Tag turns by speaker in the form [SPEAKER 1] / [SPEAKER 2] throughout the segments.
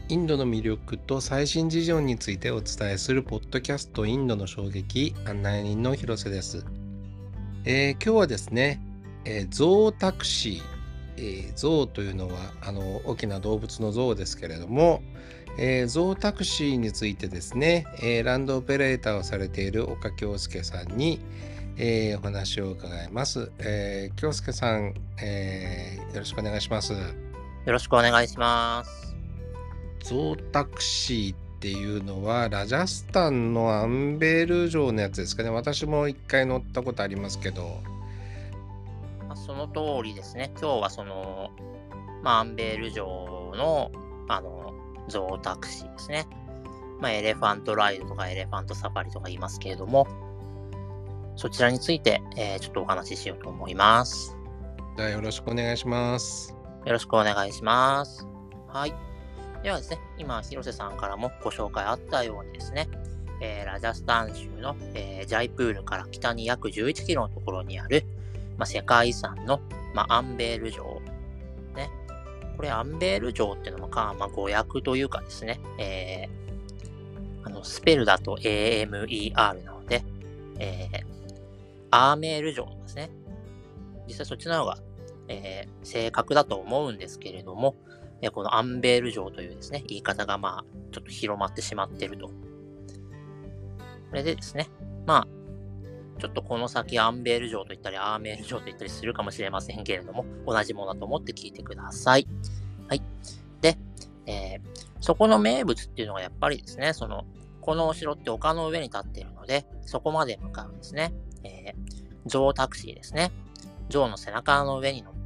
[SPEAKER 1] インドの魅力と最新事情についてお伝えするポッドキャストインドの衝撃案内人の広瀬です。今日はですね、ゾウタクシー、ゾウというのは大きな動物のゾウですけれども、ゾウタクシーについてですね、ランドオペレーターをされている岡京介さんに、お話を伺います。京介さん、よろしくお願いします。
[SPEAKER 2] よろしくお願いします。
[SPEAKER 1] ゾウタクシーっていうのはラジャスタンのアンベール城のやつですかね。私も一回乗ったことありますけど。
[SPEAKER 2] その通りですね。今日はアンベール城の、ゾウタクシーですね。エレファントライドとかエレファントサファリとか言いますけれども、そちらについて、ちょっとお話ししようと思います。
[SPEAKER 1] じゃあよろしくお願いします。
[SPEAKER 2] よろしくお願いします。はい。ではですね、今、広瀬さんからもご紹介あったようにですね、ラジャスタン州の、ジャイプールから北に約11キロのところにある、世界遺産の、アンベール城。ね。これ、アンベール城っていうのも、語訳というかですね、スペルだと AMER なので、アーメール城ですね。実際そっちの方が、正確だと思うんですけれども、このアンベール城というですね、言い方がちょっと広まってしまっていると。これでですね、ちょっとこの先アンベール城と言ったり、アーメール城と言ったりするかもしれませんけれども、同じものだと思って聞いてください。はい。で、そこの名物っていうのがやっぱりですね、このお城って丘の上に立っているので、そこまで向かうんですね。ゾウタクシーですね。ゾウの背中の上に乗って、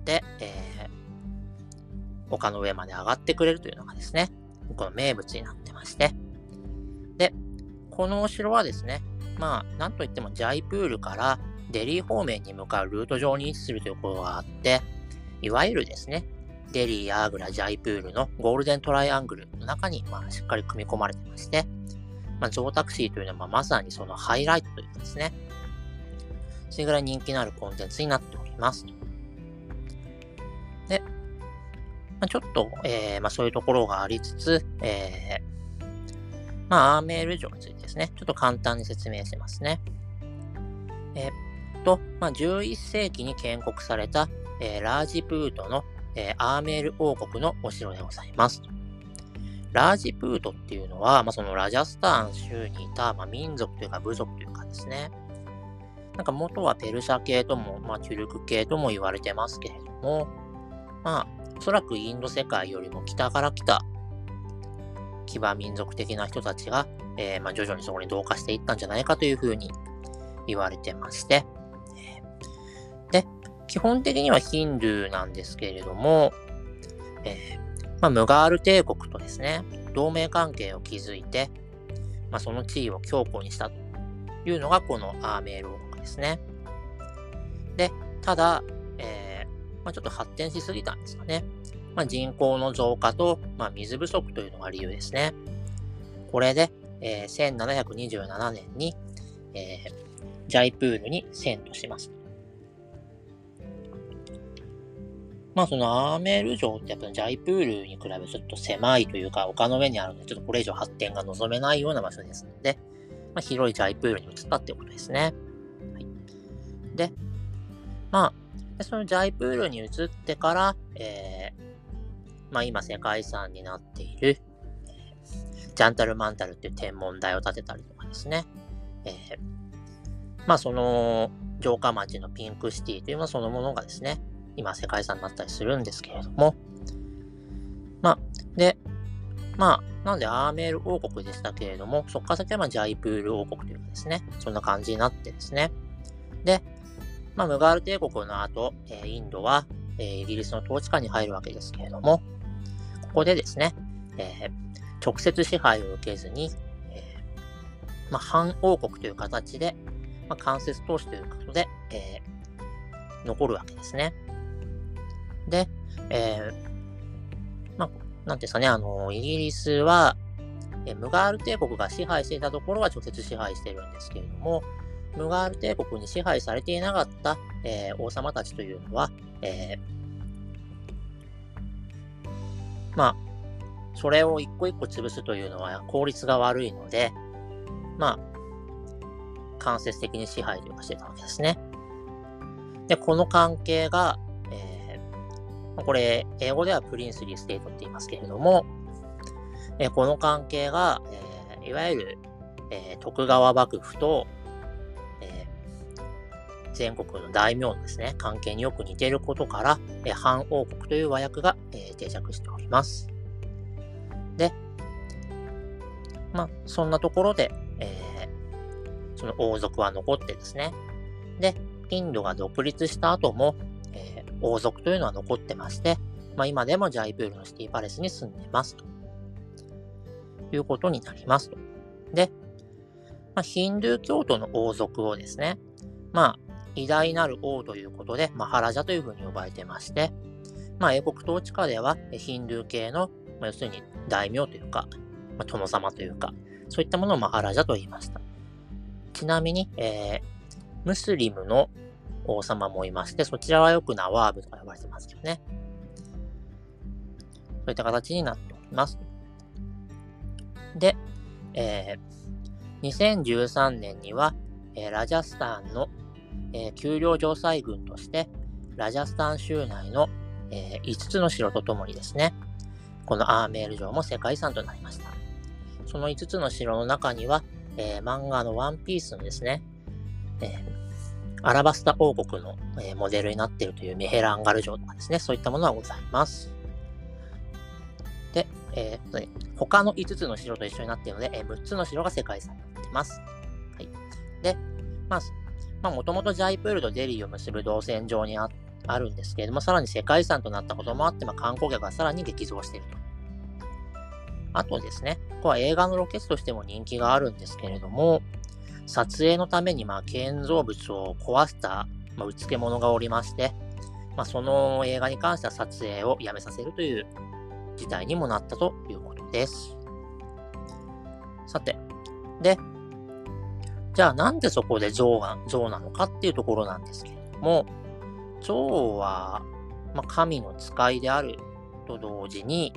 [SPEAKER 2] 丘の上まで上がってくれるというのがですね、この名物になってまして。で、このお城はですね、なんといってもジャイプールからデリー方面に向かうルート上に位置するということがあって、いわゆるですね、デリー、アーグラ、ジャイプールのゴールデントライアングルの中にしっかり組み込まれてまして、ゾウタクシーというのはまさにそのハイライトというかですね、それぐらい人気のあるコンテンツになっております。で、ちょっと、そういうところがありつつ、アーメール城についてですね、ちょっと簡単に説明しますね。11世紀に建国された、ラージプートの、アーメール王国のお城でございます。ラージプートっていうのは、そのラジャスタン州にいた、民族というか部族というかですね、元はペルシャ系とも、チュルク系とも言われてますけれども、おそらくインド世界よりも北から来た騎馬民族的な人たちが、徐々にそこに同化していったんじゃないかというふうに言われてまして、で、基本的にはヒンドゥーなんですけれども、ムガール帝国とですね、同盟関係を築いて、その地位を強固にしたというのがこのアーメール王国ですね。で、ただ、ちょっと発展しすぎたんですかね。人口の増加と、水不足というのが理由ですね。これで、1727年に、ジャイプールに遷都します。そのアーメール城ってやっぱりジャイプールに比べてちょっと狭いというか、丘の上にあるので、ちょっとこれ以上発展が望めないような場所ですので、広いジャイプールに移ったっていうことですね。はい、で、そのジャイプールに移ってから、今世界遺産になっている、ジャンタルマンタルっていう天文台を建てたりとかですね。その城下町のピンクシティというのそのものがですね、今世界遺産になったりするんですけれども、なんでアーメール王国でしたけれども、そこから先はジャイプール王国というかですね、そんな感じになってですね。で、ムガール帝国の後、インドは、イギリスの統治下に入るわけですけれども、ここでですね、直接支配を受けずに、反王国という形で、間接統治ということで、残るわけですね。で、なんですかね、イギリスは、ムガール帝国が支配していたところは直接支配しているんですけれども、ムガール帝国に支配されていなかった、王様たちというのは、 それを一個一個潰すというのは効率が悪いので、間接的に支配というかしてたわけですね。で、この関係が、これ、英語ではプリンスリーステートって言いますけれども、この関係が、いわゆる、徳川幕府と、全国の大名のですね、関係によく似ていることから、藩王国という和訳が、定着しております。で、そんなところで、その王族は残ってですね、で、インドが独立した後も、王族というのは残ってまして、今でもジャイプールのシティパレスに住んでますということになりますと。で、ヒンドゥー教徒の王族をですね、偉大なる王ということで、マハラジャというふうに呼ばれてまして、英国統治下ではヒンドゥー系の、要するに大名というか、殿様というか、そういったものをマハラジャと言いました。ちなみに、ムスリムの王様もいまして、そちらはよくナワーブとか呼ばれてますけどね。そういった形になっております。で、2013年には、ラジャスタンの、丘陵城塞軍として、ラジャスタン州内の、5つの城とともにですね、このアーメール城も世界遺産となりました。その5つの城の中には、漫画のワンピースのですね、アラバスタ王国の、モデルになっているというメヘランガル城とかですね、そういったものはございます。で、他の5つの城と一緒になっているので、6つの城が世界遺産になっています。はい。で、もともとジャイプールとデリーを結ぶ動線上にあるんですけれども、さらに世界遺産となったこともあって、観光客がさらに激増していると。あとですね、ここは映画のロケ地としても人気があるんですけれども、撮影のために建造物を壊した、うつけ者がおりまして、その映画に関しては撮影をやめさせるという事態にもなったということです。さて、で、じゃあなんでそこで象なのかっていうところなんですけれども、象は、神の使いであると同時に、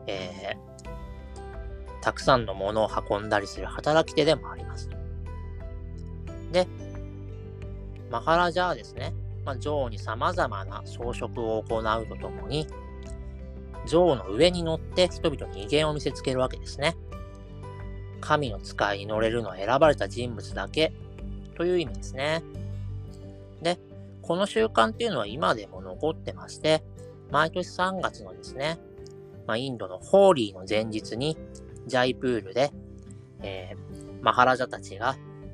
[SPEAKER 2] たくさんのものを運んだりする働き手でもあります。で、マハラジャはですね、象に様々な装飾を行うとともに、象の上に乗って人々に威厳を見せつけるわけですね。神の使いに乗れるのは選ばれた人物だけという意味ですね。で、この習慣っていうのは今でも残ってまして、毎年3月のですね、インドのホーリーの前日に、ジャイプールで、マハラジャたちが、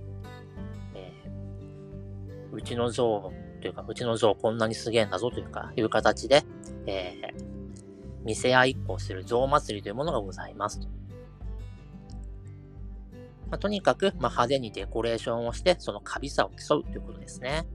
[SPEAKER 2] うちの象というか、うちの象こんなにすげえんだぞという形で、見せ合いっこをする象祭りというものがございますと。とにかく、派手にデコレーションをして、その華美さを競うということですね。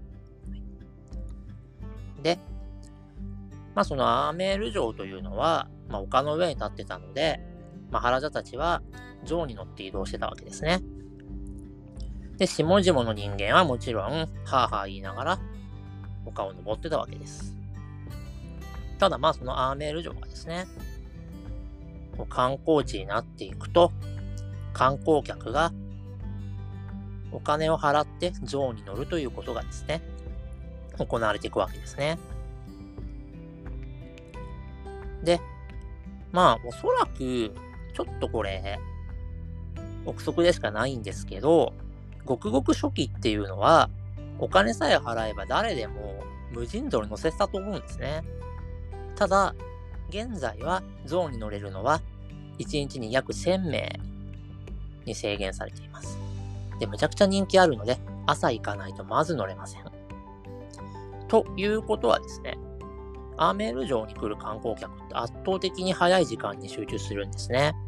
[SPEAKER 2] で、そのアーメール城というのは、丘の上に立ってたので、マハラジャたちは象に乗って移動してたわけですね。で、下々の人間はもちろん、はぁはぁ言いながら、丘を登ってたわけです。ただそのアーメール城がですね、観光地になっていくと、観光客がお金を払って象に乗るということがですね、行われていくわけですね。で、おそらく、ちょっとこれ、憶測でしかないんですけど、ごくごく初期っていうのは、お金さえ払えば誰でも無尽蔵に乗せたと思うんですね。ただ、現在は象に乗れるのは、1日に約1000名に制限されています。で、むちゃくちゃ人気あるので、朝行かないとまず乗れません。ということはですね、アーメール城に来る観光客って圧倒的に早い時間に集中するんですね。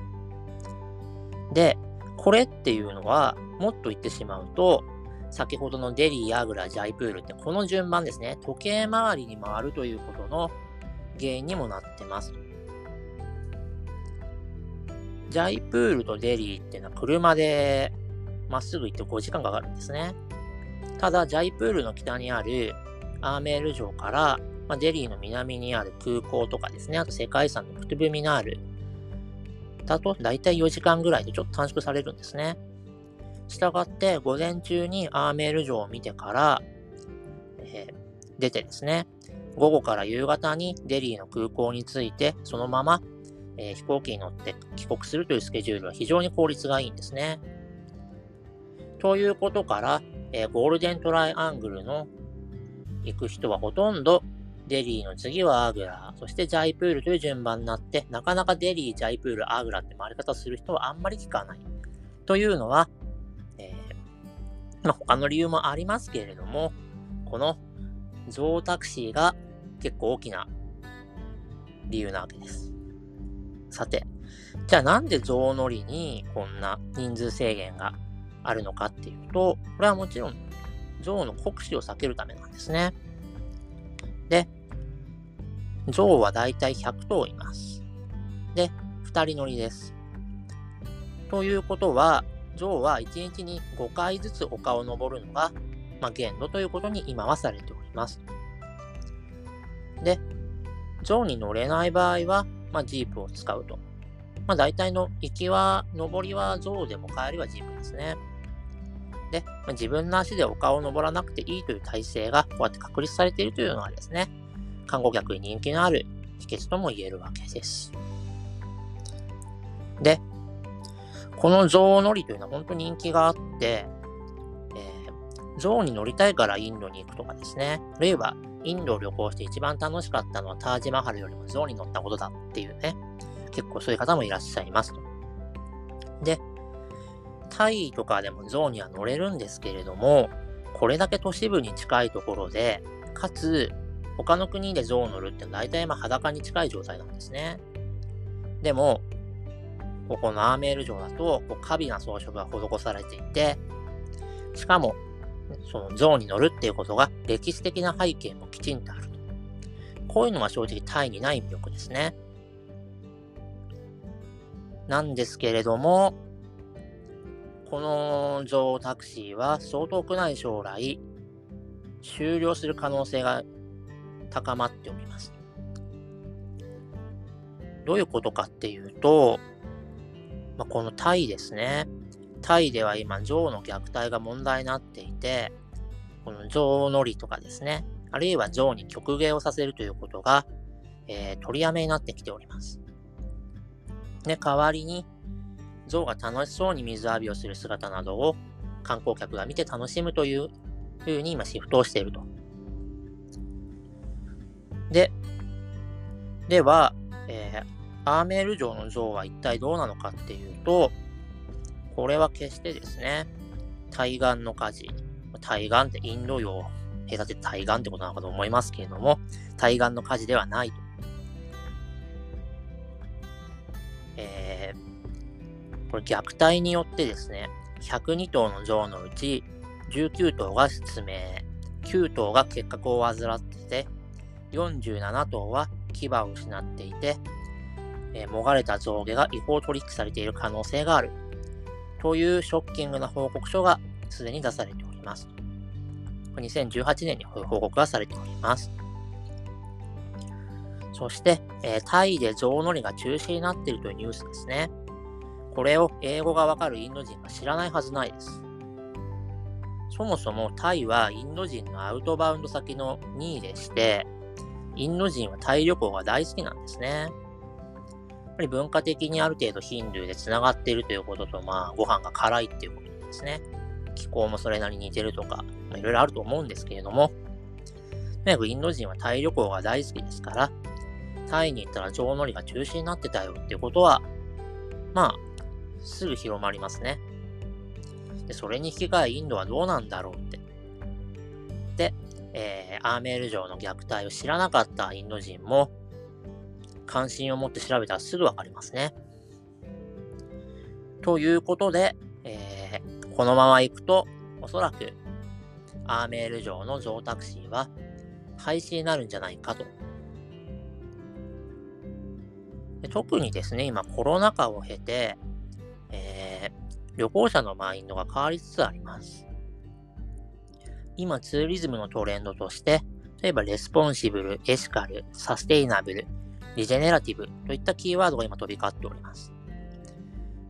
[SPEAKER 2] で、これっていうのは、もっと言ってしまうと、先ほどのデリー、アグラ、ジャイプールってこの順番ですね、時計回りに回るということの原因にもなってます。ジャイプールとデリーっていうのは車でまっすぐ行って5時間かかるんですね。ただ、ジャイプールの北にあるアーメール城から、デリーの南にある空港とかですね、あと世界遺産のクトゥブミナールだとだいたい4時間ぐらいでちょっと短縮されるんですね。したがって午前中にアーメール城を見てから、出てですね、午後から夕方にデリーの空港に着いて、そのまま、飛行機に乗って帰国するというスケジュールは非常に効率がいいんですね。ということから、ゴールデントライアングルの行く人はほとんどデリーの次はアグラ、そしてジャイプールという順番になって、なかなかデリー、ジャイプール、アグラって回り方をする人はあんまり聞かない。というのは、他の理由もありますけれども、このゾウタクシーが結構大きな理由なわけです。さて、じゃあなんでゾウ乗りにこんな人数制限があるのかっていうと、これはもちろんゾウの酷使を避けるためなんですね。で、ゾウはだいたい100頭います。で、2人乗りです。ということは、ゾウは1日に5回ずつ丘を登るのが、限度ということに今はされております。で、ゾウに乗れない場合は、ジープを使うと。大体の行きは、登りはゾウでも帰りはジープですね。で、自分の足で丘を登らなくていいという体制がこうやって確立されているというのはですね、観光客に人気のある秘訣とも言えるわけです。で、このゾウ乗りというのは本当に人気があって、ゾウに乗りたいからインドに行くとかですね、あるいはインドを旅行して一番楽しかったのはタージマハルよりもゾウに乗ったことだっていうね、結構そういう方もいらっしゃいますと。で、タイとかでもゾウには乗れるんですけれども、これだけ都市部に近いところで、かつ他の国でゾウを乗るって大体裸に近い状態なんですね。でも、ここのアーメール城だと華美な装飾が施されていて、しかもそのゾウに乗るっていうことが歴史的な背景もきちんとあると。こういうのは正直タイにない魅力ですね。なんですけれども、このゾウタクシーはそう遠くない将来終了する可能性が高まっております。どういうことかっていうと、このタイですね。タイでは今、ゾウの虐待が問題になっていて、このゾウ乗りとかですね、あるいはゾウに曲芸をさせるということが、取りやめになってきております。で、代わりに、ゾウが楽しそうに水浴びをする姿などを観光客が見て楽しむという風に今シフトをしていると。では、アーメール城のゾウは一体どうなのかっていうと、これは決してですね、対岸の火事、対岸ってインド洋を隔てて対岸ってことなのかと思いますけれども、対岸の火事ではないと。これ虐待によってですね、102頭のゾウのうち19頭が失明、9頭が結核を患っていて、47頭は牙を失っていて、もがれた象牙が違法取引されている可能性があるというショッキングな報告書がすでに出されております。2018年に報告がされております。そして、タイで象乗りが中止になっているというニュースですね。これを英語がわかるインド人が知らないはずないです。そもそもタイはインド人のアウトバウンド先の2位でして、インド人はタイ旅行が大好きなんですね。やっぱり文化的にある程度ヒンドゥーでつながっているということと、ご飯が辛いっていうことですね。気候もそれなりに似てるとか、いろいろあると思うんですけれども、とにかくインド人はタイ旅行が大好きですから、タイに行ったら象乗りが中止になってたよっていうことは、すぐ広まりますね。で、それに引き換えインドはどうなんだろうって。で、アーメール城の虐待を知らなかったインド人も、関心を持って調べたらすぐわかりますね。ということで、このまま行くと、おそらく、アーメール城のゾウタクシーは、廃止になるんじゃないかと。で、特にですね、今コロナ禍を経て、旅行者のマインドが変わりつつあります。今、ツーリズムのトレンドとして、例えばレスポンシブル、エシカル、サステイナブル、リジェネラティブといったキーワードが今飛び交っております。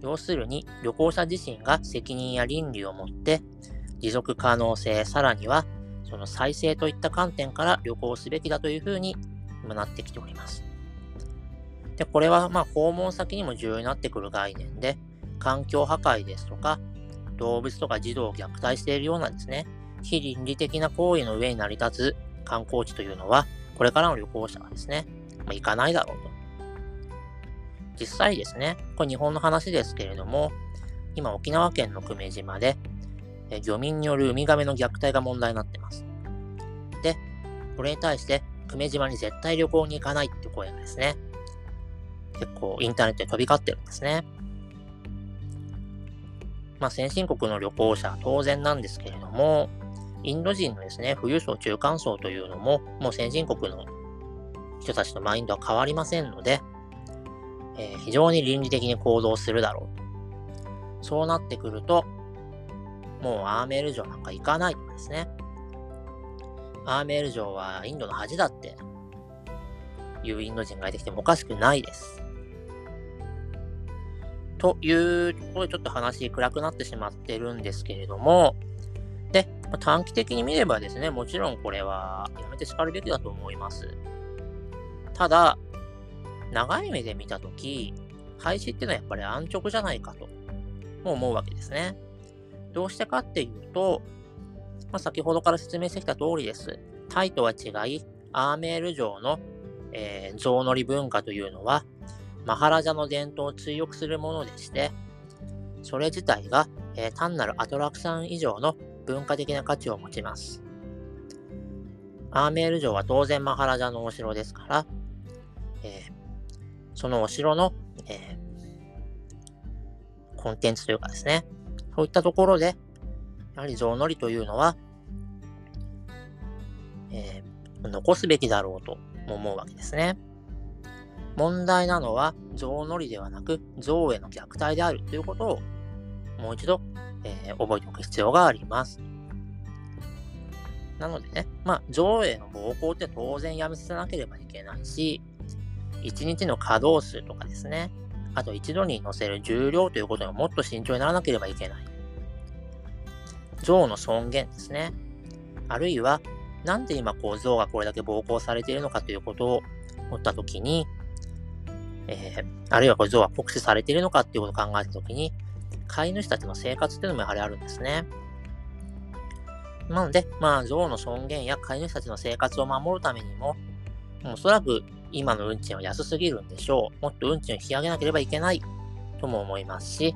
[SPEAKER 2] 要するに旅行者自身が責任や倫理を持って持続可能性、さらにはその再生といった観点から旅行すべきだというふうになってきております。で、これは訪問先にも重要になってくる概念で、環境破壊ですとか、動物とか児童を虐待しているようなですね、非倫理的な行為の上に成り立つ観光地というのは、これからの旅行者はですね、行かないだろうと。実際ですね、これ日本の話ですけれども、今沖縄県の久米島で、漁民によるウミガメの虐待が問題になっています。で、これに対して久米島に絶対旅行に行かないっていう声がですね、結構インターネットで飛び交ってるんですね。先進国の旅行者は当然なんですけれども、インド人のですね、富裕層、中間層というのも、もう先進国の人たちのマインドは変わりませんので、非常に倫理的に行動するだろうと。そうなってくると、もうアーメール城なんか行かないとかですね。アーメール城はインドの恥だっていうインド人が出てきてもおかしくないです。というところでちょっと話暗くなってしまってるんですけれども、で、短期的に見ればですね、もちろんこれはやめてしかるべきだと思います。ただ、長い目で見たとき、廃止っていうのはやっぱり安直じゃないかとも思うわけですね。どうしてかっていうと、先ほどから説明してきた通りです。タイとは違い、アーメール城の、象乗り文化というのは、マハラジャの伝統を追憶するものでして、それ自体が、単なるアトラクション以上の文化的な価値を持ちます。アーメール城は当然マハラジャのお城ですから、そのお城の、コンテンツというかですね、そういったところで、やはり象乗りというのは、残すべきだろうと思うわけですね。問題なのは象乗りではなく象への虐待であるということをもう一度、覚えておく必要があります。なのでね、象への暴行って当然やめさせなければいけないし、1日の稼働数とかですね、あと一度に乗せる重量ということにもっと慎重にならなければいけない。象の尊厳ですね。あるいは、なんで今象がこれだけ暴行されているのかということを思ったときに、あるいは象は酷使されているのかということを考えたときに、飼い主たちの生活というのもやはりあるんですね。なので、象の尊厳や飼い主たちの生活を守るためにも、おそらく今の運賃は安すぎるんでしょう。もっと運賃を引き上げなければいけないとも思いますし、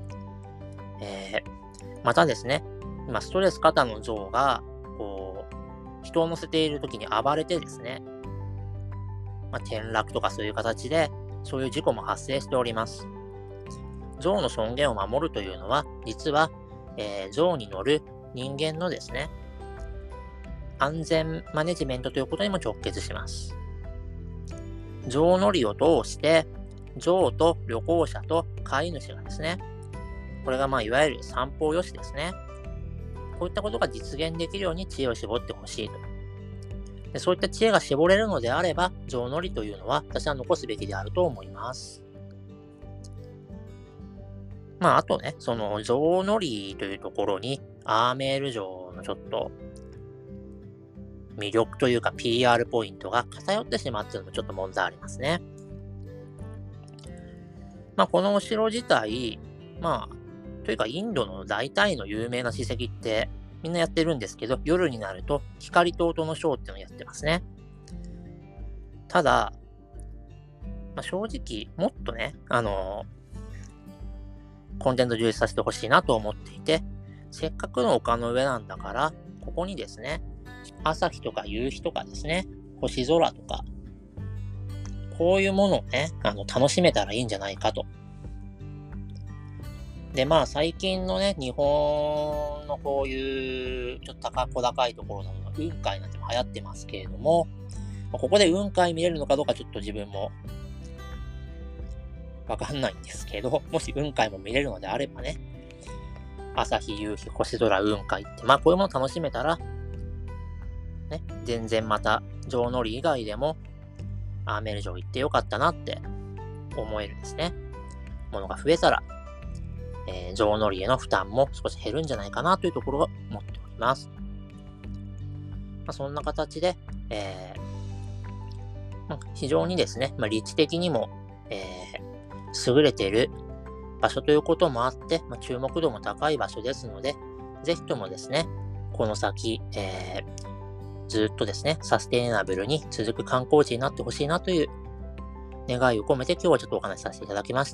[SPEAKER 2] またですね、今ストレス過多の象が、人を乗せている時に暴れてですね、転落とかそういう形で、そういう事故も発生しております。象の尊厳を守るというのは、実は、象に乗る人間のですね、安全マネジメントということにも直結します。象乗りを通して、象と旅行者と飼い主がですね、これがいわゆる三方よしですね。こういったことが実現できるように知恵を絞ってほしいと。でそういった知恵が絞れるのであれば、象乗りというのは私は残すべきであると思います。あとね、その象乗りというところに、アーメール城のちょっと魅力というか PR ポイントが偏ってしまっているのもちょっと問題ありますね。このお城自体、というかインドの大体の有名な史跡ってみんなやってるんですけど、夜になると光と音のショーっていうのをやってますね。ただ、正直もっとね、コンテンツ充実させてほしいなと思っていて、せっかくの丘の上なんだから、ここにですね、朝日とか夕日とかですね、星空とか、こういうものをね、楽しめたらいいんじゃないかと。で、最近のね、日本のこういう、ちょっと小高いところなどの雲海なんても流行ってますけれども、ここで雲海見れるのかどうかちょっと自分もわかんないんですけど、もし雲海も見れるのであればね、朝日、夕日、星空、雲海って、こういうものを楽しめたら、ね、全然また、象乗り以外でも、アーメール城行ってよかったなって思えるですね、ものが増えたら乗乗りへの負担も少し減るんじゃないかなというところを思っております。そんな形で、非常にですね、立地的にも、優れている場所ということもあって、注目度も高い場所ですので、ぜひともですね、この先、ずっとですね、サステイナブルに続く観光地になってほしいなという願いを込めて今日はちょっとお話しさせていただきました。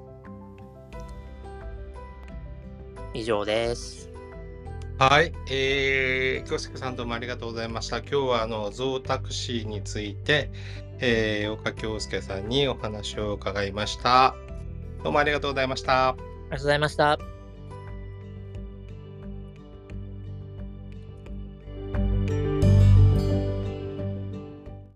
[SPEAKER 2] 以上です。
[SPEAKER 1] はい、京介さんどうもありがとうございました。今日はゾウタクシーについて、岡京介さんにお話を伺いました。どうもありがとうございました。
[SPEAKER 2] ありがとうございました。